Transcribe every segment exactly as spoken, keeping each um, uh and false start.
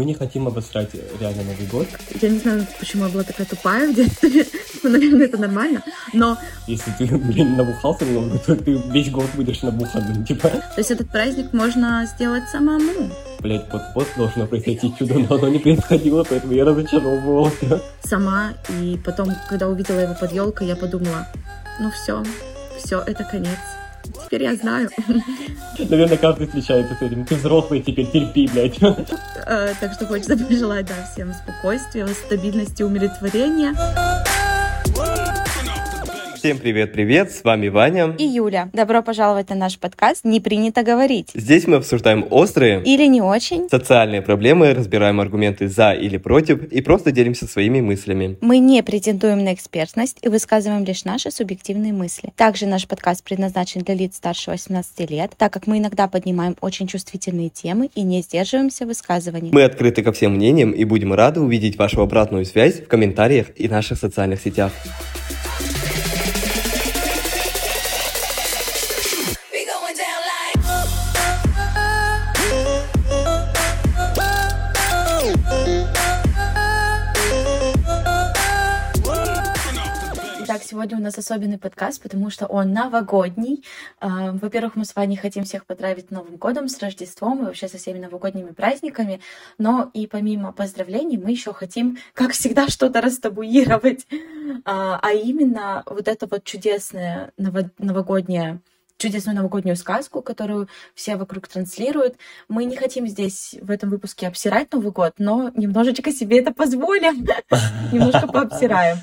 Мы не хотим обосрать реально Новый год. Я не знаю, почему я была такая тупая в детстве. Ну, наверное, это нормально, но... Если ты, блин, набухался много, то ты весь год будешь набуханным, типа. То есть этот праздник можно сделать самому. Блять, вот-вот должно произойти чудо, но оно не происходило, поэтому я разочаровывался. Сама, и потом, когда увидела его под елкой, я подумала, ну все, все, это конец. Теперь я знаю. Наверное, каждый встречается с этим. Ты взрослый, теперь терпи, блядь. Так что хочется пожелать, да, всем спокойствия, стабильности, умиротворения. Всем привет-привет, с вами Ваня и Юля. Добро пожаловать на наш подкаст «Не принято говорить». Здесь мы обсуждаем острые или не очень социальные проблемы, разбираем аргументы за или против и просто делимся своими мыслями. Мы не претендуем на экспертность и высказываем лишь наши субъективные мысли. Также наш подкаст предназначен для лиц старше восемнадцати лет, так как мы иногда поднимаем очень чувствительные темы и не сдерживаемся в высказывании. Мы открыты ко всем мнениям и будем рады увидеть вашу обратную связь в комментариях и наших социальных сетях. Итак, сегодня у нас особенный подкаст, потому что он новогодний. Во-первых, мы с Ваней хотим всех поздравить Новым годом, с Рождеством и вообще со всеми новогодними праздниками. Но и помимо поздравлений мы еще хотим, как всегда, что-то растабуировать. А именно вот это вот чудесное новогоднее чудесную новогоднюю сказку, которую все вокруг транслируют. Мы не хотим здесь в этом выпуске обсирать Новый год, но немножечко себе это позволим. Немножко пообсираем,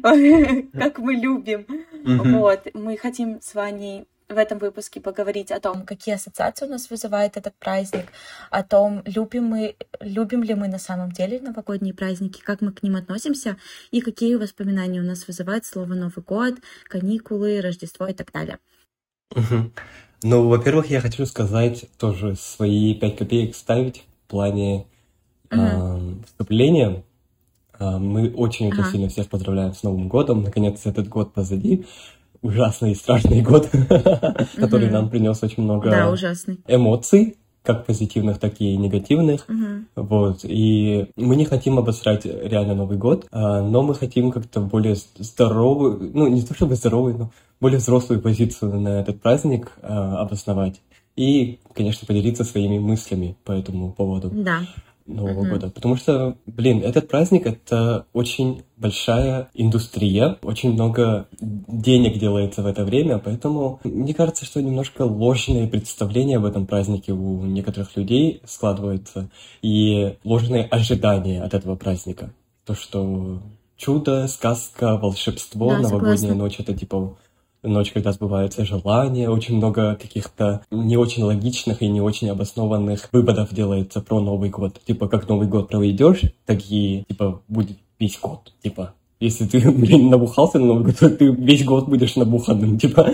как мы любим. Вот. Мы хотим с Ваней в этом выпуске поговорить о том, какие ассоциации у нас вызывает этот праздник, о том, любим мы, любим ли мы на самом деле новогодние праздники, как мы к ним относимся и какие воспоминания у нас вызывает слово Новый год, каникулы, Рождество и так далее. Угу. Ну, во-первых, я хочу сказать тоже свои пять копеек ставить в плане угу. э, вступления. Э, мы очень-очень ага. сильно всех поздравляем с Новым годом. Наконец, этот год позади. Ужасный и страшный год, который угу. нам принес очень много да, ужасный. эмоций, как позитивных, так и негативных. Угу. Вот. И мы не хотим обосрать реально Новый год, но мы хотим как-то более здоровый, ну, не то чтобы здоровый, но более взрослую позицию на этот праздник обосновать. И, конечно, поделиться своими мыслями по этому поводу. Да. Нового uh-huh. года. Потому что, блин, этот праздник — это очень большая индустрия, очень много денег делается в это время, поэтому мне кажется, что немножко ложные представления об этом празднике у некоторых людей складываются, и ложные ожидания от этого праздника. То, что чудо, сказка, волшебство, да, новогодняя согласна. ночь — это типа... Ночь, когда сбываются желания, очень много каких-то не очень логичных и не очень обоснованных выводов делается про Новый год. Типа, как Новый год проведешь, так и, типа, будет весь год. Типа, если ты, блин, набухался на Новый год, то ты весь год будешь набуханным, типа.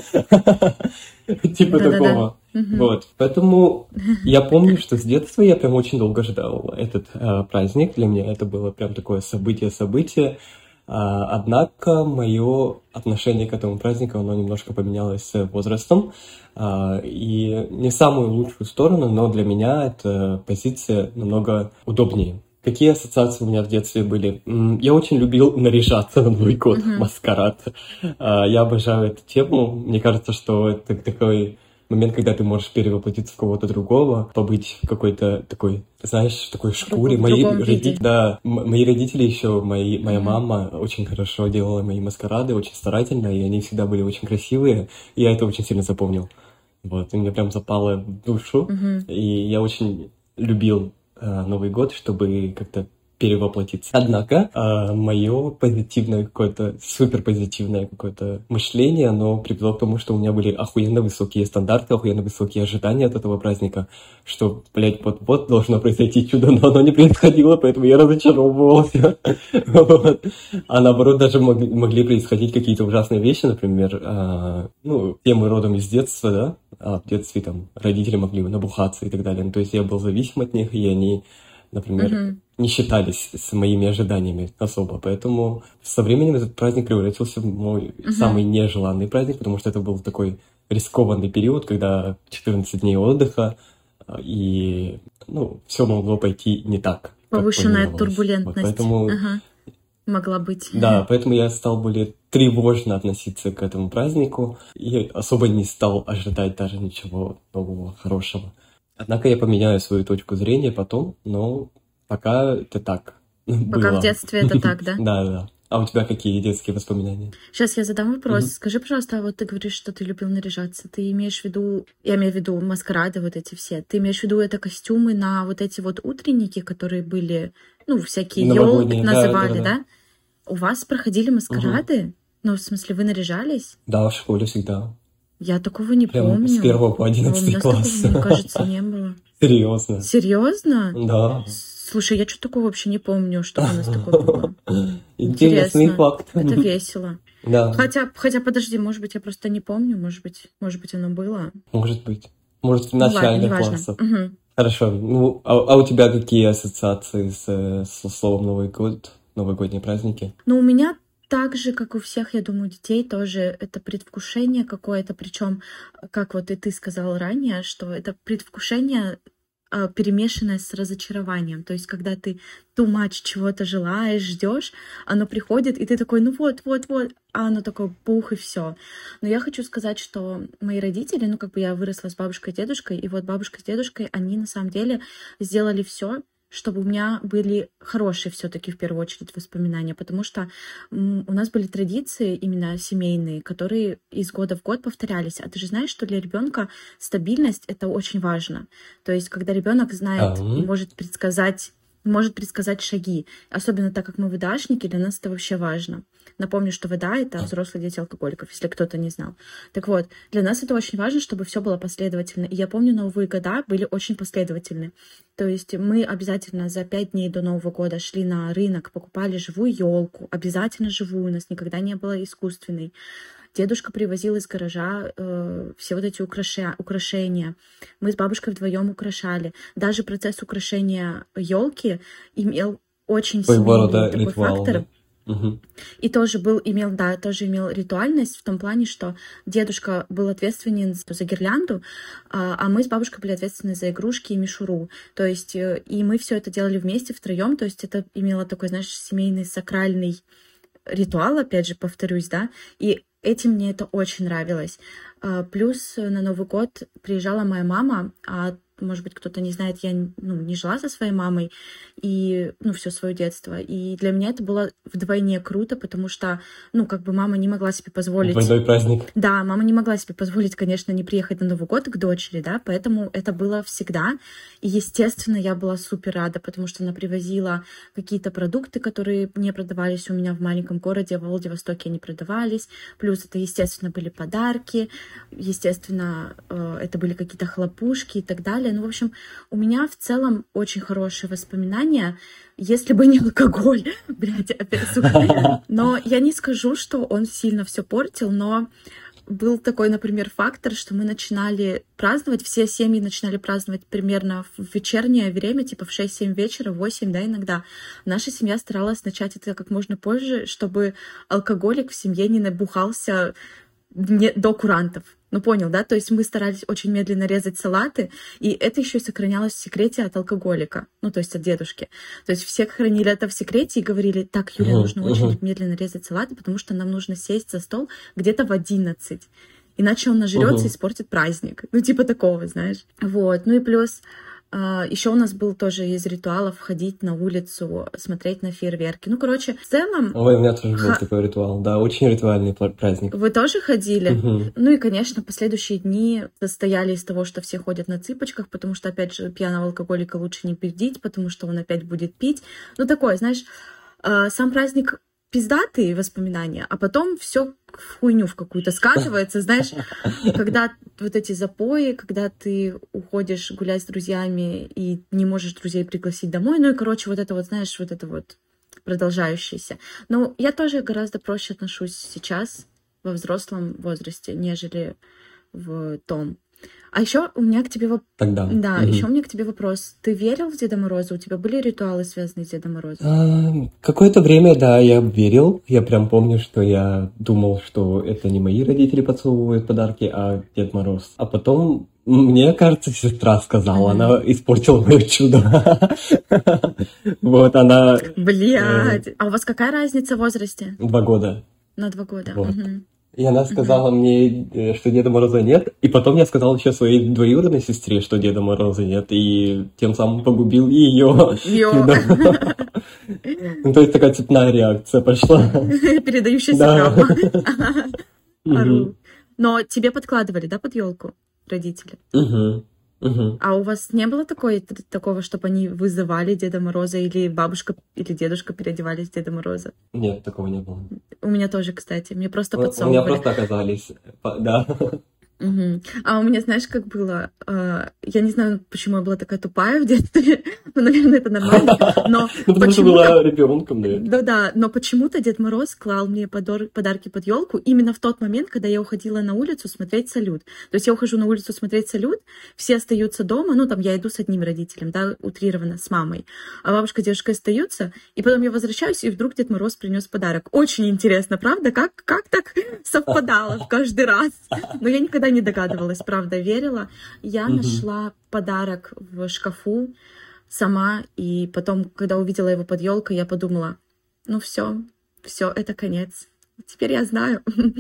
Типа такого. Вот. Поэтому я помню, что с детства я прям очень долго ждал этот праздник. Для меня это было прям такое событие-событие. Однако мое отношение к этому празднику, оно немножко поменялось с возрастом. И не в самую лучшую сторону, но для меня эта позиция намного удобнее. Какие ассоциации у меня в детстве были? Я очень любил наряжаться на Новый год, uh-huh. маскарад. Я обожаю эту тему. Мне кажется, что это такой... момент, когда ты можешь перевоплотиться в кого-то другого, побыть в какой-то такой, знаешь, такой шкуре. Мои родители, да, м- мои родители еще, мои, моя mm-hmm. мама очень хорошо делала мои маскарады, очень старательно, и они всегда были очень красивые, и я это очень сильно запомнил. Вот, и мне прям запало в душу, mm-hmm. и я очень любил э, Новый год, чтобы как-то перевоплотиться. Однако э, мое позитивное какое-то, суперпозитивное какое-то мышление, оно привело к тому, что у меня были охуенно высокие стандарты, охуенно высокие ожидания от этого праздника, что, блядь, вот-вот должно произойти чудо, но оно не происходило, поэтому я разочаровывался. А наоборот, даже могли происходить какие-то ужасные вещи, например, ну, все мы родом из детства, да, а в детстве там родители могли набухаться и так далее. То есть я был зависим от них, и они, например, uh-huh. не считались с моими ожиданиями особо. Поэтому со временем этот праздник превратился в мой uh-huh. самый нежеланный праздник, потому что это был такой рискованный период, когда четырнадцать дней отдыха, и ну, все могло пойти не так. Повышенная планировалось. турбулентность. Вот поэтому... Ага. Могла быть. Да, поэтому я стал более тревожно относиться к этому празднику и особо не стал ожидать даже ничего нового, хорошего. Однако я поменяю свою точку зрения потом, но пока это так Пока было. в детстве это так, да? Да, да. А у тебя какие детские воспоминания? Сейчас я задам вопрос. Мгм. Скажи, пожалуйста, а вот ты говоришь, что ты любил наряжаться. Ты имеешь в виду, я имею в виду маскарады вот эти все. Ты имеешь в виду это костюмы на вот эти вот утренники, которые были, ну, всякие елки Новогодние, да, называли, да, да. да? У вас проходили маскарады? Ну, в смысле, вы наряжались? Да, в школе всегда. Я такого не Прям помню. с первого по А у одиннадцатый нас такого, класс. мне кажется, не было. Серьезно. Серьезно? Да. Слушай, я что-то такого вообще не помню, что у нас такое было. Интересный Интересно. факт. Это весело. Да, Хотя, хотя, подожди, может быть, я просто не помню, может быть, может быть, оно было. может быть. Может, в Ну, ладно, начальных неважно. классах. Мгм. Хорошо. Ну, а, а у тебя какие ассоциации с, э, со словом Новый год, новогодние праздники? Ну, у меня так же, как у всех, я думаю, детей тоже это предвкушение какое-то, причем, как вот и ты сказал ранее, что это предвкушение а, перемешанное с разочарованием. То есть, когда ты too much чего-то желаешь, ждешь, оно приходит, и ты такой, ну вот, вот, вот, а оно такое пух, и все. Но я хочу сказать, что мои родители, ну, как бы я выросла с бабушкой и дедушкой, и вот бабушка с дедушкой, они на самом деле сделали все, чтобы у меня были хорошие все-таки в первую очередь воспоминания, потому что м, у нас были традиции именно семейные, которые из года в год повторялись. А ты же знаешь, что для ребенка стабильность это очень важно. То есть, когда ребенок знает, А, м. может предсказать, может предсказать шаги, особенно так как мы ВДАшники, для нас это вообще важно. Напомню, что ВДА — это взрослые дети алкоголиков, если кто-то не знал. Так вот, для нас это очень важно, чтобы все было последовательно. И я помню, Новые года были очень последовательны. То есть мы обязательно за пять дней до Нового года шли на рынок, покупали живую елку, обязательно живую, у нас никогда не было искусственной. Дедушка привозил из гаража э, все вот эти украши- украшения. Мы с бабушкой вдвоем украшали. Даже процесс украшения елки имел очень Своего рода семейный такой ритуал, фактор. да? Мгм. И тоже был, имел, да, тоже имел ритуальность в том плане, что дедушка был ответственен за гирлянду, а а мы с бабушкой были ответственны за игрушки и мишуру. То есть, э, и мы все это делали вместе, втроем. То есть это имело такой, знаешь, семейный сакральный ритуал, опять же, повторюсь, да, и этим мне это очень нравилось. А, Плюс на Новый год приезжала моя мама, а может быть, кто-то не знает, я ну, не жила со своей мамой и, ну, все свое детство. И для меня это было вдвойне круто, потому что, ну, как бы мама не могла себе позволить... Двойной праздник. Да, мама не могла себе позволить, конечно, не приехать на Новый год к дочери, да, поэтому это было всегда. И, естественно, я была супер рада, потому что она привозила какие-то продукты, которые не продавались у меня в маленьком городе, в Владивостоке они продавались. Плюс это, естественно, были подарки, естественно, э, это были какие-то хлопушки и так далее. Ну, в общем, у меня в целом очень хорошие воспоминания, если бы не алкоголь. Блядь, опять, сука. Но я не скажу, что он сильно все портил, но был такой, например, фактор, что мы начинали праздновать, все семьи начинали праздновать примерно в вечернее время, типа в шесть-семь вечера, в восемь, да, иногда. Наша семья старалась начать это как можно позже, чтобы алкоголик в семье не набухался не- до курантов. Ну, понял, да? То есть мы старались очень медленно резать салаты, и это еще и сохранялось в секрете от алкоголика, ну, то есть от дедушки. То есть все хранили это в секрете и говорили, так, Юля, Мгм, нужно мгм. очень медленно резать салаты, потому что нам нужно сесть за стол где-то в одиннадцать. Иначе он нажрется Мгм. и испортит праздник. Ну, типа такого, знаешь. Вот. Ну и плюс еще у нас был тоже из ритуалов ходить на улицу, смотреть на фейерверки. Ну, короче, в целом... Ой, у меня тоже был Ха- такой ритуал. Да, очень ритуальный пла- праздник. Вы тоже ходили? Мгм. Ну и, конечно, последующие дни состояли из того, что все ходят на цыпочках, потому что, опять же, пьяного алкоголика лучше не пиздить, потому что он опять будет пить. Ну, такое, знаешь, а, сам праздник пиздатые воспоминания, а потом все в хуйню в какую-то скатывается, знаешь, когда вот эти запои, когда ты уходишь гулять с друзьями и не можешь друзей пригласить домой, ну и, короче, вот это вот, знаешь, вот это вот продолжающееся. Но я тоже гораздо проще отношусь сейчас во взрослом возрасте, нежели в том. А еще у меня к тебе вопрос. Тогда. Да, Мгм. еще у меня к тебе вопрос. Ты верил в Деда Мороза? У тебя были ритуалы, связанные с Дедом Морозом? А, Какое-то время, да, я верил. Я прям помню, что я думал, что это не мои родители подсовывают подарки, а Дед Мороз. А потом Мне кажется, сестра сказала, Мгм. она испортила мое чудо. Вот, она э, Блядь. А у вас какая разница в возрасте? два года. На два года. Вот. Мгм. И она Мгм. сказала мне, э, что Деда Мороза нет. И потом я сказал еще своей двоюродной сестре, что Деда Мороза нет. И тем самым погубил ее. Ё. Ну, то есть такая цепная реакция пошла. Передающаяся Да. травма. Мгм. Ору. Но тебе подкладывали, да, под елку родители? Мгм. Мгм. А у вас не было такой, т- такого, чтобы они вызывали Деда Мороза или бабушка или дедушка переодевались в Деда Мороза? Нет, такого не было. У меня тоже, кстати. Мне просто У у меня подсовывали. просто оказались, по- да. Мгм. А у меня, знаешь, как было? А, Я не знаю, почему я была такая тупая в детстве. Ну, наверное, это нормально. Но Ну, потому что почему-то была ребенком, наверное. Да-да, но почему-то Дед Мороз клал мне подор- подарки под елку именно в тот момент, когда я уходила на улицу смотреть салют. То есть я ухожу на улицу смотреть салют, все остаются дома, ну там я иду с одним родителем, да, утрированно, с мамой, а бабушка, дедушка остаются, и потом я возвращаюсь, и вдруг Дед Мороз принес подарок. Очень интересно, правда? Как, как так совпадало в каждый раз? Но я никогда не догадывалась, правда, верила. Я Мгм. нашла подарок в шкафу сама, и потом, когда увидела его под елкой, я подумала, ну все, все, это конец. Теперь я знаю.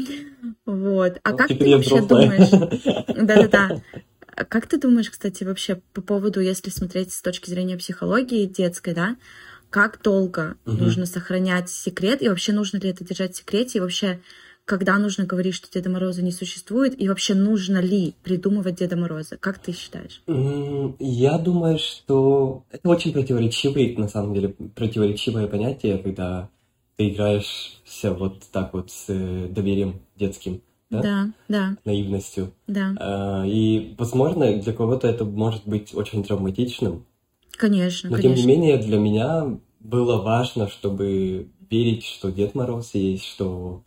Вот. А Ну, как теперь ты я вообще взрослая. думаешь? Да-да-да. А как ты думаешь, кстати, вообще по поводу, если смотреть с точки зрения психологии детской, да, как долго Мгм. нужно сохранять секрет, и вообще нужно ли это держать в секрете, и вообще, когда нужно говорить, что Деда Мороза не существует, и вообще нужно ли придумывать Деда Мороза? Как ты считаешь? М, Я думаю, что это очень противоречивое, на самом деле, противоречивое понятие, когда ты играешься вот так вот с э, доверием детским, да, Да, да, наивностью. да, А, И, возможно, для кого-то это может быть очень травматичным, конечно, но тем не конечно. менее для меня было важно, чтобы верить, что Дед Мороз есть, что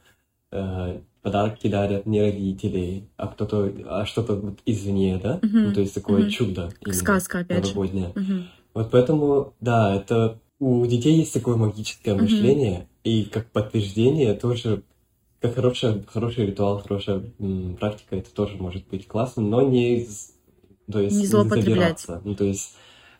э, подарки дарят не родители, а кто-то, а что-то вот извне, да? Ну, Мгм, то есть такое мгм. чудо Как именно сказка, опять же. новогоднее. Мгм, Вот поэтому, да, это у детей есть такое магическое мгм. мышление, и как подтверждение тоже, как хорошая, хороший ритуал, хорошая м, практика, это тоже может быть классно, но не, з- то есть, Не не злоупотреблять. забираться, ну, то есть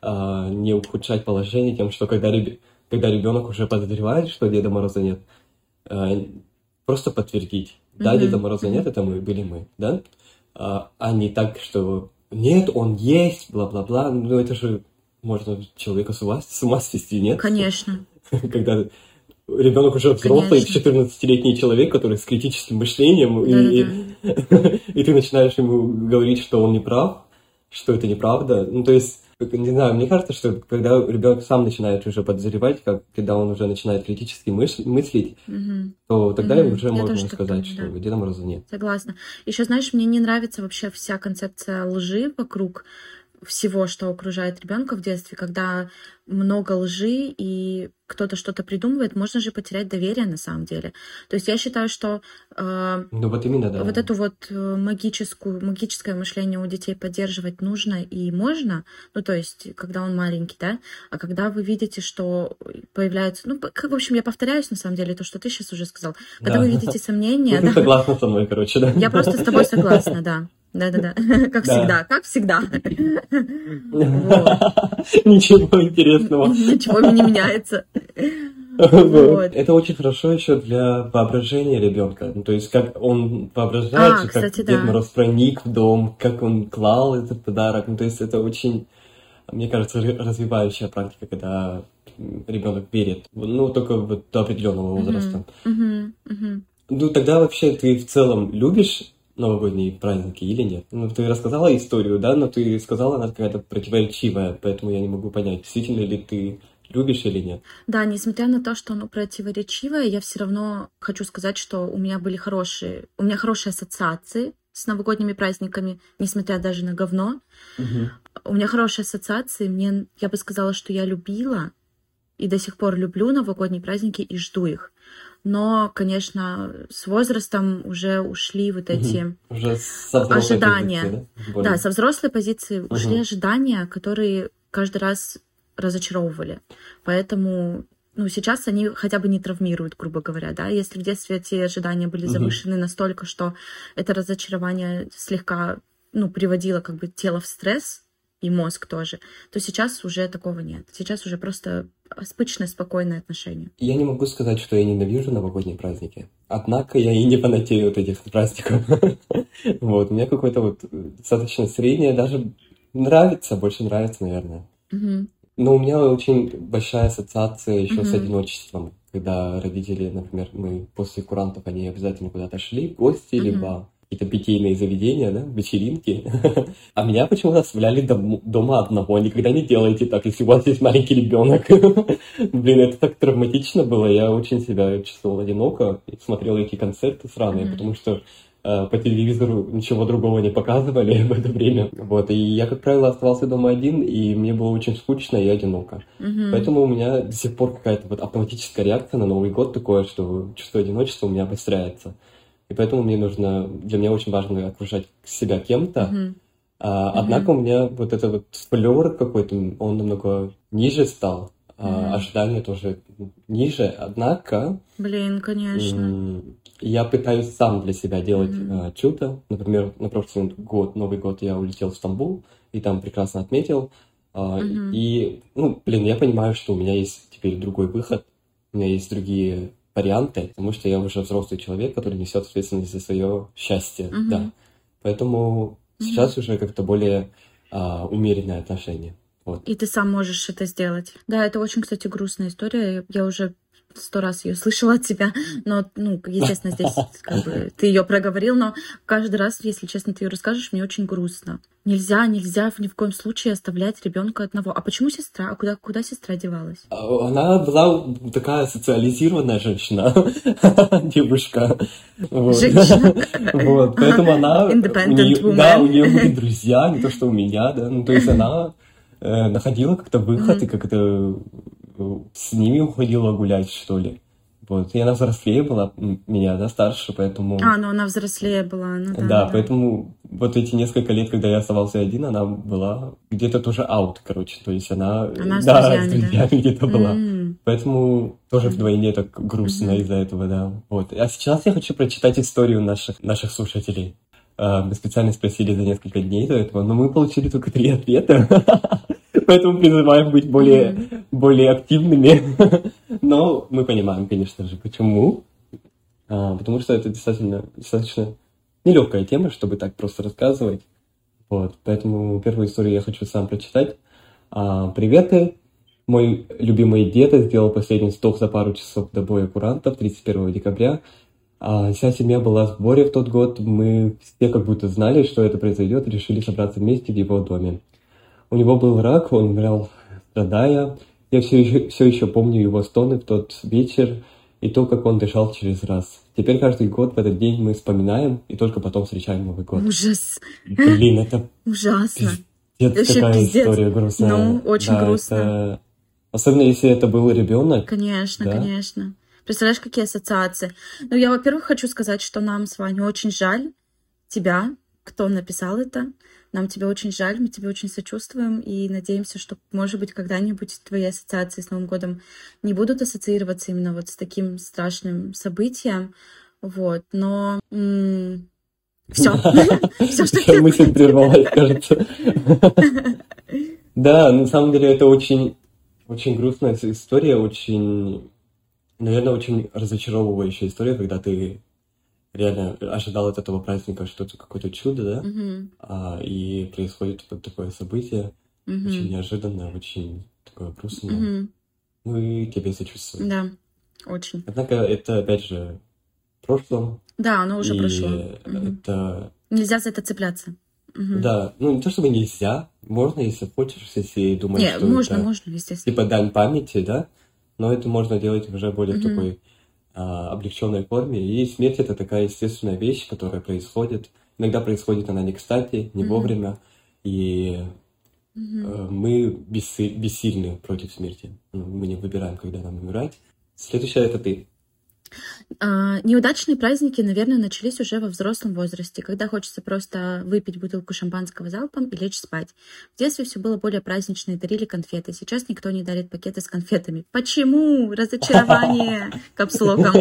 а, не ухудшать положение тем, что когда, реб- когда ребенок уже подозревает, что Деда Мороза нет, а, просто подтвердить. Да, Деда Мгм, Мороза нет, мгм. это мы были мы, да? А, а не так, что нет, он есть, бла-бла-бла. Ну, это же можно человека с ума, с ума свести, нет? Конечно, Когда ребенок уже взрослый, конечно. четырнадцатилетний человек, который с критическим мышлением, и, Да-да-да. и ты начинаешь ему говорить, что он не прав, что это неправда. Ну, то есть, как- не знаю, мне кажется, что когда ребенок сам начинает уже подозревать, как, когда он уже начинает критически мыш- мыслить, Мгм, то тогда мгм. уже Я можно тоже так сказать, думаю, что да. Деда Мороза нет. Согласна. Еще, знаешь, мне не нравится вообще вся концепция лжи вокруг всего, что окружает ребенка в детстве, когда много лжи и кто-то что-то придумывает, можно же потерять доверие на самом деле. То есть я считаю, что э, Ну, вот именно, да. вот эту вот э, магическую, магическое мышление у детей поддерживать нужно и можно, ну, то есть, когда он маленький, да, а когда вы видите, что появляется, ну, п- в общем, я повторяюсь, на самом деле, то, что ты сейчас уже сказал, когда Да. вы видите Ну, сомнения, ты да, согласна со мной, короче, да? я просто с тобой согласна, да. Да-да-да. Как Да. всегда, как всегда. Вот. Ничего интересного. Ничего не меняется. Вот. Вот. Это очень хорошо еще для воображения ребенка. Ну, то есть, как он воображает, А, же, как кстати, Дед да. Мороз проник в дом, как он клал этот подарок. Ну, то есть, это очень, мне кажется, р- развивающая практика, когда ребенок верит. Ну, только вот до определенного возраста. Мгм, мгм. Ну, тогда вообще ты в целом любишь новогодние праздники или нет? Ну, ты рассказала историю, да, но ты сказала, она какая-то противоречивая, поэтому я не могу понять, действительно ли ты любишь или нет. Да, несмотря на то, что оно противоречивое, я все равно хочу сказать, что у меня были хорошие, у меня хорошие ассоциации с новогодними праздниками, несмотря даже на говно. Мгм. У меня хорошие ассоциации, мне, я бы сказала, что я любила и до сих пор люблю новогодние праздники и жду их. Но, конечно, с возрастом уже ушли вот эти Мгм. Уже со взрослой ожидания. позиции, да? Да, Более. со взрослой позиции ушли Мгм. ожидания, которые каждый раз разочаровывали. Поэтому, ну, сейчас они хотя бы не травмируют, грубо говоря, да. Если в детстве эти ожидания были Мгм. завышены настолько, что это разочарование слегка ну, приводило как бы тело в стресс, и мозг тоже, то сейчас уже такого нет. Сейчас уже просто обычное, спокойное отношение. Я не могу сказать, что я ненавижу новогодние праздники. Однако я и не фанатею от этих праздников. Вот, у меня какое-то вот достаточно среднее, даже нравится, больше нравится, наверное. Но у меня очень большая ассоциация еще с одиночеством. Когда родители, например, мы после курантов, они обязательно куда-то шли, в гости, либо какие-то питейные заведения, да, вечеринки. А меня почему-то оставляли дом- дома одного. Никогда не делайте так, если у вас есть маленький ребенок. Блин, это так травматично было. Я очень себя чувствовал одиноко. Смотрел эти концерты сраные, mm-hmm. потому что э, по телевизору ничего другого не показывали в это время. Вот. И я, как правило, оставался дома один, и мне было очень скучно и одиноко. Mm-hmm. Поэтому у меня до сих пор какая-то вот автоматическая реакция на Новый год такое, что чувство одиночества у меня обостряется. И поэтому мне нужно, для меня очень важно окружать себя кем-то. Uh-huh. А, однако uh-huh. у меня вот этот вот флёр какой-то, он намного ниже стал. Uh-huh. А, ожидания тоже ниже. Однако... Блин, конечно. М- я пытаюсь сам для себя делать uh-huh. а, чудо. Например, на прошлый год, Новый год, я улетел в Стамбул, и там прекрасно отметил. А, uh-huh. И, ну, блин, я понимаю, что у меня есть теперь другой выход. У меня есть другие... варианты, потому что я уже взрослый человек, который несет ответственность за свое счастье, uh-huh. да. Поэтому uh-huh. сейчас уже как-то более а, умеренное отношение. Вот. И ты сам можешь это сделать. Да, это очень, кстати, грустная история. Я уже сто раз ее слышала от тебя, но, ну, естественно, здесь как бы ты ее проговорил, но каждый раз, если честно, ты ее расскажешь, мне очень грустно. Нельзя, нельзя ни в коем случае оставлять ребенка одного. А почему сестра? А куда, куда сестра девалась? Она была такая социализированная женщина, девушка. Женщина. Вот, поэтому она... Independent woman. Да, у нее были друзья, не то, что у меня, да. Ну, то есть она находила как-то выход и как-то с ними уходила гулять, что ли. Вот. И она взрослее была меня, да, старше, поэтому... А, ну она взрослее была, ну да. Да, да. Поэтому вот эти несколько лет, когда я оставался один, она была где-то тоже аут, короче. То есть она... Она с да, друзьями, с друзьями да? где-то была. Mm. Поэтому тоже вдвойне так грустно mm-hmm. из-за этого, да. Вот. А сейчас я хочу прочитать историю наших, наших слушателей. Мы специально спросили за несколько дней до этого, но мы получили только три ответа. Поэтому призываем быть более, mm-hmm. более активными. Но мы понимаем, конечно же, почему. А, потому что это достаточно, достаточно нелегкая тема, чтобы так просто рассказывать. Вот. Поэтому первую историю я хочу сам прочитать. А, Приветы. Мой любимый дед сделал последний сток за пару часов до боя курантов тридцать первого декабря. А, вся семья была в сборе в тот год. Мы все как будто знали, что это произойдет, и решили собраться вместе в его доме. У него был рак, он умирал, страдая. Я все еще, все еще помню его стоны в тот вечер и то, как он дышал через раз. Теперь каждый год в этот день мы вспоминаем и только потом встречаем Новый год. Ужас. Блин, это... Ужасно. Пиздец, такая пиздец. История грустная. Ну, очень да, грустно. Это... Особенно, если это был ребенок. Конечно, да? конечно. Представляешь, какие ассоциации? Ну, я, во-первых, хочу сказать, что нам с Ваней очень жаль тебя, кто написал это. Нам тебя очень жаль, мы тебе очень сочувствуем и надеемся, что, может быть, когда-нибудь твои ассоциации с Новым годом не будут ассоциироваться именно вот с таким страшным событием. Вот, но... Все. Все, что мысль прервалась, кажется. Да, на самом деле это очень, очень грустная история, очень, наверное, очень разочаровывающая история, когда ты реально ожидал от этого праздника что-то, какое-то чудо, да, uh-huh. а, и происходит вот такое событие, uh-huh. очень неожиданное, очень такое грустное. Uh-huh. Мы тебе сочувствуем. Да, очень. Однако это, опять же, в прошлом. Да, оно уже и прошло. Это... Нельзя за это цепляться. Угу. Да, ну не то чтобы нельзя, можно, если хочешь, если думаешь, Нет, что можно, это можно, естественно. типа дань памяти, да, но это можно делать уже более угу. в такой а, облегченной форме. И смерть — это такая естественная вещь, которая происходит. Иногда происходит она не кстати, не угу. вовремя, и угу. а, мы бесси- бессильны против смерти. Мы не выбираем, когда нам умирать. Следующее — это ты. А, неудачные праздники, наверное, начались уже во взрослом возрасте, когда хочется просто выпить бутылку шампанского залпом и лечь спать. В детстве все было более празднично и дарили конфеты. Сейчас никто не дарит пакеты с конфетами. Почему? Разочарование капслоком.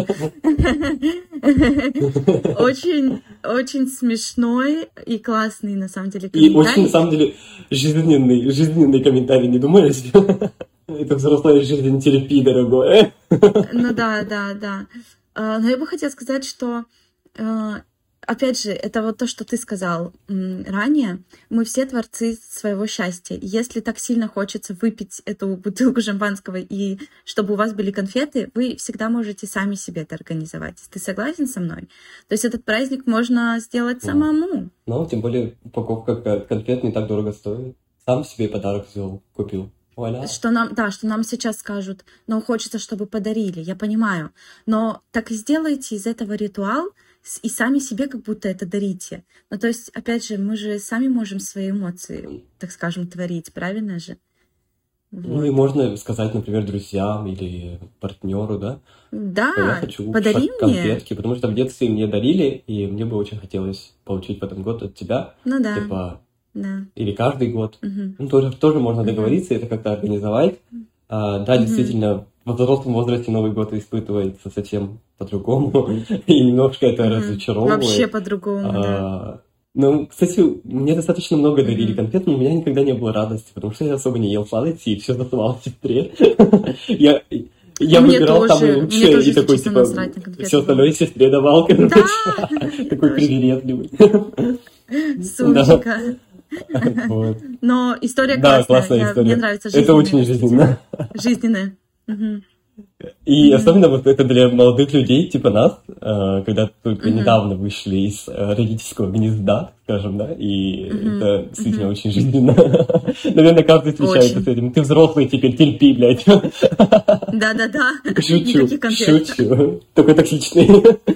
Очень, очень смешной и классный, на самом деле, И очень, на комментарий. самом деле, жизненный, жизненный комментарий, не думаешь? Это взрослая жизнь, терапия, дорогое. Ну да, да, да. А, Но я бы хотела сказать, что, э, опять же, это вот то, что ты сказал м, ранее. Мы все творцы своего счастья. И если так сильно хочется выпить эту бутылку шампанского и чтобы у вас были конфеты, вы всегда можете сами себе это организовать. Ты согласен со мной? То есть этот праздник можно сделать Ну, самому. ну, тем более, упаковка ко- конфет не так дорого стоит. Сам себе подарок взял, купил. Вуаля. Что нам, да, что нам сейчас скажут, но хочется, чтобы подарили, я понимаю. Но так и сделайте из этого ритуал с- и сами себе как будто это дарите. Ну, то есть, опять же, мы же сами можем свои эмоции, так скажем, творить, правильно же? Ну и Вот. можно сказать, например, друзьям или партнеру, да, что я Да, хочу подари шаг- мне. конфетки, потому что в детстве мне дарили, и мне бы очень хотелось получить в этом год от тебя, Ну да, типа, да. или каждый год. Мгм. Ну, тоже, тоже можно Мгм. договориться, это как-то организовать. А, да, Мгм. действительно, в взрослом возрасте Новый год испытывается совсем по-другому, и немножко это Мгм. Вообще разочаровывает. по-другому, да. А, ну, кстати, мне достаточно много дарили Мгм. конфет, но у меня никогда не было радости, потому что я особо не ел сладости и все засылал сестре. Я, я Мне выбирал тоже, самые мне лучшие тоже, и такой, если честно, типа, насрать на конфеты все было. остальное сестре давал, Да, короче. Такой точно. привередливый. Да, Сумчика. вот. Но история Да, классная. классная Я- Мне история. нравится Это очень жизненная жизненно. перспектива. Жизненная. Мгм. И Мгм. особенно вот это для молодых людей, типа нас, э, когда только Мгм. недавно вышли из э, родительского гнезда, скажем, да, и Мгм. это действительно Мгм. очень жизненно. Наверное, каждый встречается с Очень. этим. Ты взрослый, теперь терпи, блядь. Да-да-да. Шучу, Никаких конфет. шучу. Такой токсичный.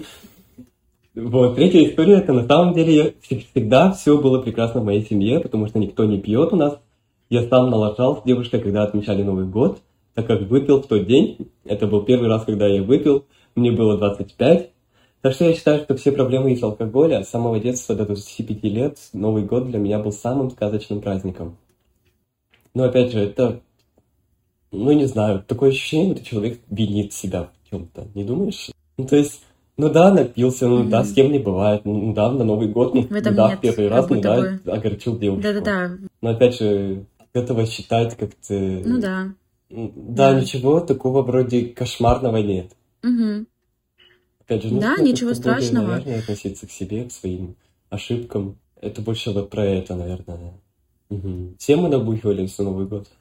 Вот, третья история, это на самом деле вс- всегда все было прекрасно в моей семье, потому что никто не пьет у нас. Я сам налажал с девушкой, когда отмечали Новый год, так как выпил в тот день. Это был первый раз, когда я выпил. Мне было двадцать пять. Так что я считаю, что все проблемы из алкоголя с самого детства до двадцати пяти лет Новый год для меня был самым сказочным праздником. Но опять же, это, ну не знаю, такое ощущение, что человек винит себя в чем-то, не думаешь? Ну то есть, ну да, напился, ну да, с Мгм. кем не бывает, ну да, на Новый год, ну В этом да, нет, в первый как раз, ну будто да, бы. огорчил девушку. Да-да-да. Но опять же, этого считать Ну как-то... да. м, Да, Да. ничего такого вроде кошмарного нет. Мгм. Опять же, Да, нужно ничего как-то более, страшного. наверное, относиться к себе, к своим ошибкам. Это больше вот про это, наверное. Мгм. Все мы набухивались на Новый год.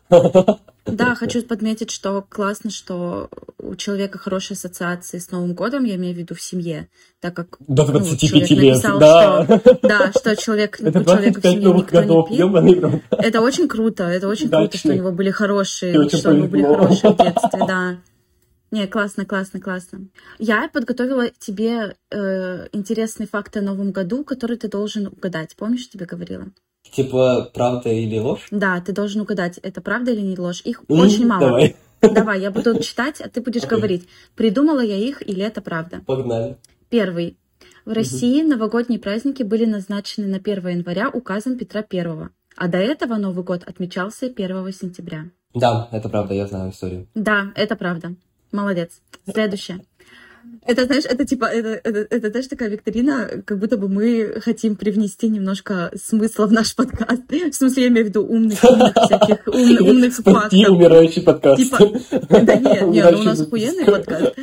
Да, хочу подметить, что классно, что у человека хорошие ассоциации с Новым годом, я имею в виду в семье, так как До ну, вот двадцати человек пяти лет, написал, да. что да, что человек, Это у человека двадцать в пять семье новых никто не годов, пил. ёбаный в рот. Это очень круто, это очень круто, что у Удачный. него были Тебе хорошие, очень что у него были повезло. хорошие в детстве, да. Не, классно, классно, классно. Я подготовила тебе э, интересные факты о Новом году, которые ты должен угадать. Помнишь, я тебе говорила? Типа, правда или ложь? Да, ты должен угадать, это правда или не ложь. Их М, очень мало. Давай, Давай, я буду читать, а ты будешь Окей. говорить, придумала я их или это правда. погнали. Первый. В Мгм. России новогодние праздники были назначены на первое января указом Петра Первого, а до этого Новый год отмечался первого сентября. Да, это правда, я знаю историю. Да, это правда. Молодец. Следующее. Это, знаешь, это типа, это, это, это, знаешь, такая викторина, как будто бы мы хотим привнести немножко смысла в наш подкаст. В смысле, я имею в виду умных, умных всяких, умных, умных Спасти фактов. умирающий подкаст. Типа, да нет, нет, ну, у Умирающий нас выпуск. охуенный подкаст.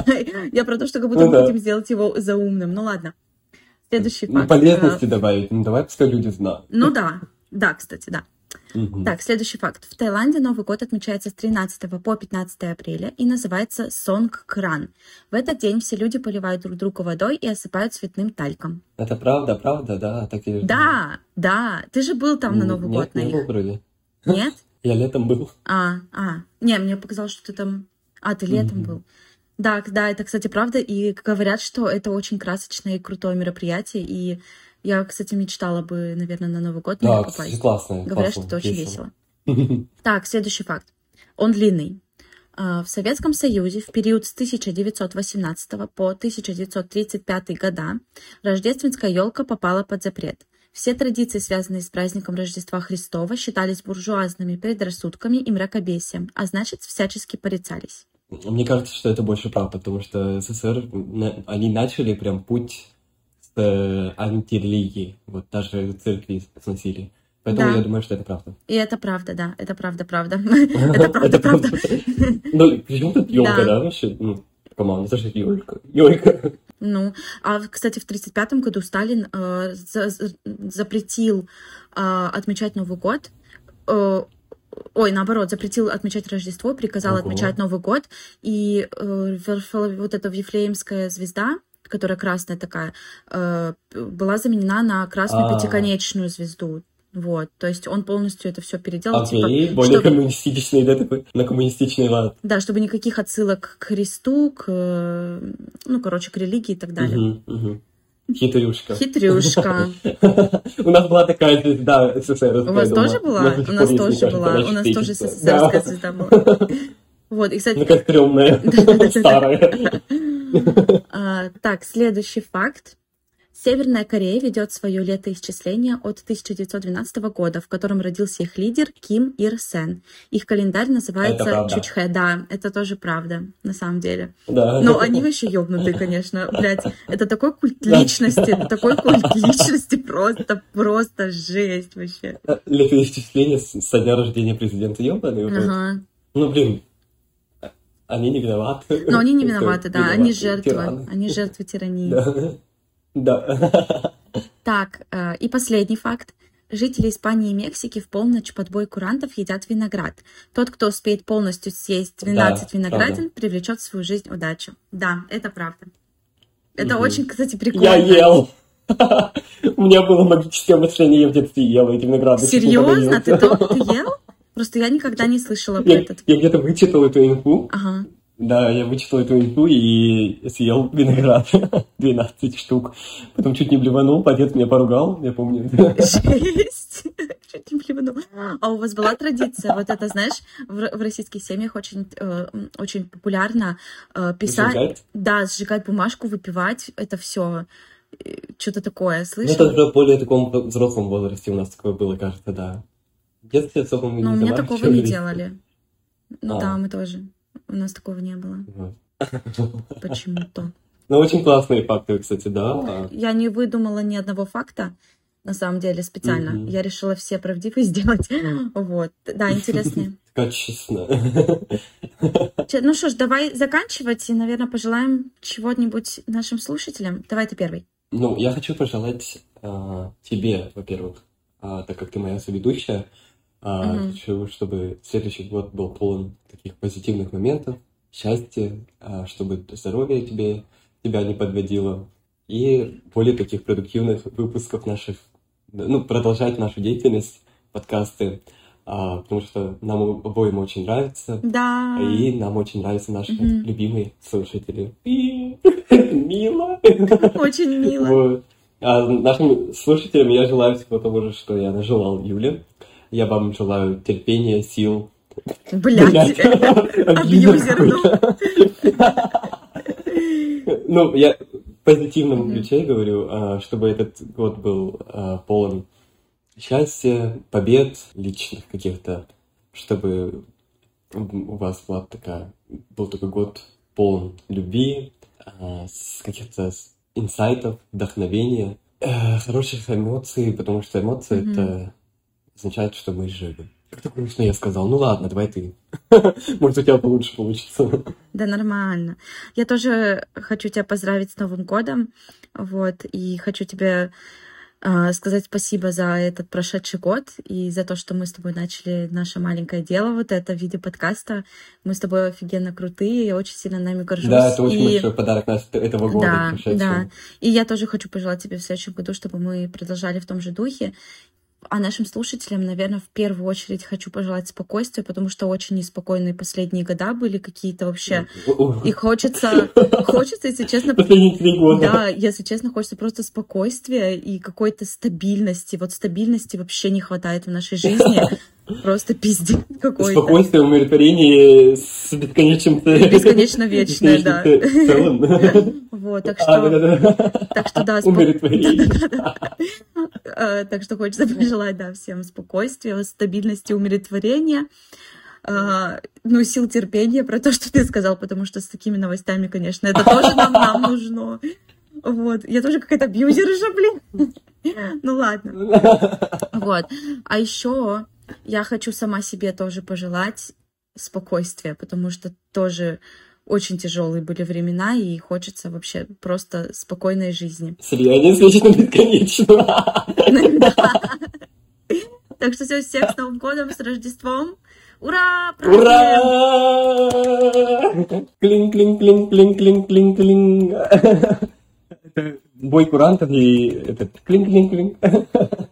Я, я про то, что как будто Ну мы да. хотим сделать его заумным. Ну ладно. Следующий Ну, факт. полезности Э, добавить. Ну, давай, пускай люди знают. Ну да, да, кстати, да. Мгм. Так, следующий факт. В Таиланде Новый год отмечается с тринадцатого по пятнадцатое апреля и называется Сонгкран. В этот день все люди поливают друг друга водой и осыпают цветным тальком. Это правда, правда, да, так и... Да, да. Ты же был там на М, Новый Нет, год на не был их. вроде. Нет? Я летом был. А, а. Не, мне показалось, что ты там... А, ты летом Мгм. был. Да, да, это, кстати, правда. И говорят, что это очень красочное и крутое мероприятие. И я, кстати, мечтала бы, наверное, на Новый год на Да, него кстати, попасть. классно. Говорят, что классно, это очень весело. Так, следующий факт. Он длинный. В Советском Союзе в период с тысяча девятьсот восемнадцатого по тысяча девятьсот тридцать пятый года рождественская елка попала под запрет. Все традиции, связанные с праздником Рождества Христова, считались буржуазными предрассудками и мракобесием, а значит, всячески порицались. Мне кажется, что это больше правда, потому что СССР, они начали прям путь с антирелигии, вот даже церкви сносили. Поэтому да. я думаю, что это правда. И это правда, да, это правда, правда. Это правда, правда. Ну, причем тут елка, да, вообще? Ну, команда, это же елка. Елка. Ну, а, кстати, в тридцать пятом году Сталин э, за, запретил э, отмечать Новый год, э, ой, наоборот, запретил отмечать Рождество, приказал Ого. отмечать Новый год, и э, вот эта Вифлеемская звезда, которая красная такая, э, была заменена на красную А-а-а. пятиконечную звезду. Вот, то есть он полностью это все переделал. Окей, типа, более чтобы... коммунистичный, да, такой, на коммунистичный лад. Да, чтобы никаких отсылок к Христу, к, ну, короче, к религии и так далее. Угу, угу. Хитрюшка. Хитрюшка. У нас была такая звезда СССР. У вас тоже была? У нас тоже была. У нас тоже СССРская звезда была. Вот, и, кстати... Такая стрёмная, старая. Так, следующий факт. Северная Корея ведет свое летоисчисление от тысяча девятьсот двенадцатого года, в котором родился их лидер Ким Ир Сен. Их календарь называется Чучхэ. Да, это тоже правда, на самом деле. Да. Но они вообще ёбнутые, конечно. Блядь, это такой культ личности, это такой культ личности, просто, просто жесть вообще. Летоисчисление со дня рождения президента ёбаный. Ага. Ну, блин, они не виноваты. Но они не виноваты, да, они жертвы, они жертвы тирании. Да. Да. Так, э, и последний факт. Жители Испании и Мексики в полночь под бой курантов едят виноград. Тот, кто успеет полностью съесть двенадцать да, виноградин, правда. привлечет в свою жизнь удачу. Да, это правда. Это угу. очень, кстати, прикольно. Я ел. У меня было магическое мышление, я в детстве ел эти винограды. Серьезно? Ты только ты ел? Просто я никогда не слышала про этот. Я где-то вычитал эту инфу. Ага. Да, я вычитал эту инфу и съел виноград. двенадцать штук. Потом чуть не блеванул, отец меня поругал, я помню. Жесть! Чуть не блеванул. А у вас была традиция, вот это, знаешь, в, в российских семьях очень, э, очень популярно э, писать... Сжигать? Да, сжигать бумажку, выпивать, это все что-то такое, слышишь? Ну, это уже в более таком взрослом возрасте у нас такое было, кажется, да. В детстве особо мы Но не у меня такого не делали. Ну а. да, мы тоже. У нас такого не было. Почему-то. Ну, очень классные факты, кстати, да. Я не выдумала ни одного факта, на самом деле, специально. Mm-hmm. Я решила все правдивые сделать. Вот. Да, интересные. Качественно. Ну что ж, давай заканчивать и, наверное, пожелаем чего-нибудь нашим слушателям. Давай ты первый. Ну, я хочу пожелать а, тебе, во-первых, а, так как ты моя соведущая, а, uh-huh. хочу, чтобы следующий год был полон таких позитивных моментов, счастья, а, чтобы здоровье тебе, тебя не подводило, и более таких продуктивных выпусков наших, ну, продолжать нашу деятельность, подкасты, а, потому что нам обоим очень нравится, да. и нам очень нравятся наши uh-huh. любимые слушатели. Мило! Очень мило. Вот. А нашим слушателям я желаю всего того же, что я нажелал Юле. Я вам желаю терпения, сил. Блядь, абьюзер, ну. Ну, я в позитивном ключе говорю, чтобы этот год был полон счастья, побед личных каких-то, чтобы у вас была такая, был такой год полон любви, каких-то инсайтов, вдохновения, хороших эмоций, потому что эмоции mm-hmm. это означает, что мы живы. Как-то грустно я сказал. Ну ладно, давай ты. Может, у тебя получше получится. Да нормально. Я тоже хочу тебя поздравить с Новым годом. Вот. И хочу тебе э, сказать спасибо за этот прошедший год и за то, что мы с тобой начали наше маленькое дело, вот это в виде подкаста. Мы с тобой офигенно крутые, я очень сильно нами горжусь. Да, это очень и... большой подарок этого года. Да, прошедшего. Да. И я тоже хочу пожелать тебе в следующем году, чтобы мы продолжали в том же духе. А нашим слушателям, наверное, в первую очередь хочу пожелать спокойствия, потому что очень неспокойные последние года были какие-то вообще. И хочется, хочется, если честно... Последние три года. Да, если честно, хочется просто спокойствия и какой-то стабильности. Вот стабильности вообще не хватает в нашей жизни. Просто пиздец какой-то. Спокойствие, умиротворение с бесконечным... Бесконечно вечное, да. целым. Вот, так А, что... да-да-да. Так что, да, спок- Умиротворение. Да-да-да. А, Так что хочется пожелать, да, всем спокойствия, стабильности, умиротворения. А, Ну, сил терпения про то, что ты сказал, потому что с такими новостями, конечно, это тоже нам, нам нужно. Вот. Я тоже какая-то абьюзерша, блин. Ну ладно. Вот. А еще я хочу сама себе тоже пожелать спокойствия, потому что тоже очень тяжелые были времена, и хочется вообще просто спокойной жизни. Слияние с вечно бесконечным. Так что всё, всех с Новым годом, с Рождеством. Ура! Празднуем! Ура! Клин-клин-клин-клин-клин-клин-клин. Это бой курантов и этот клин-клин-клин.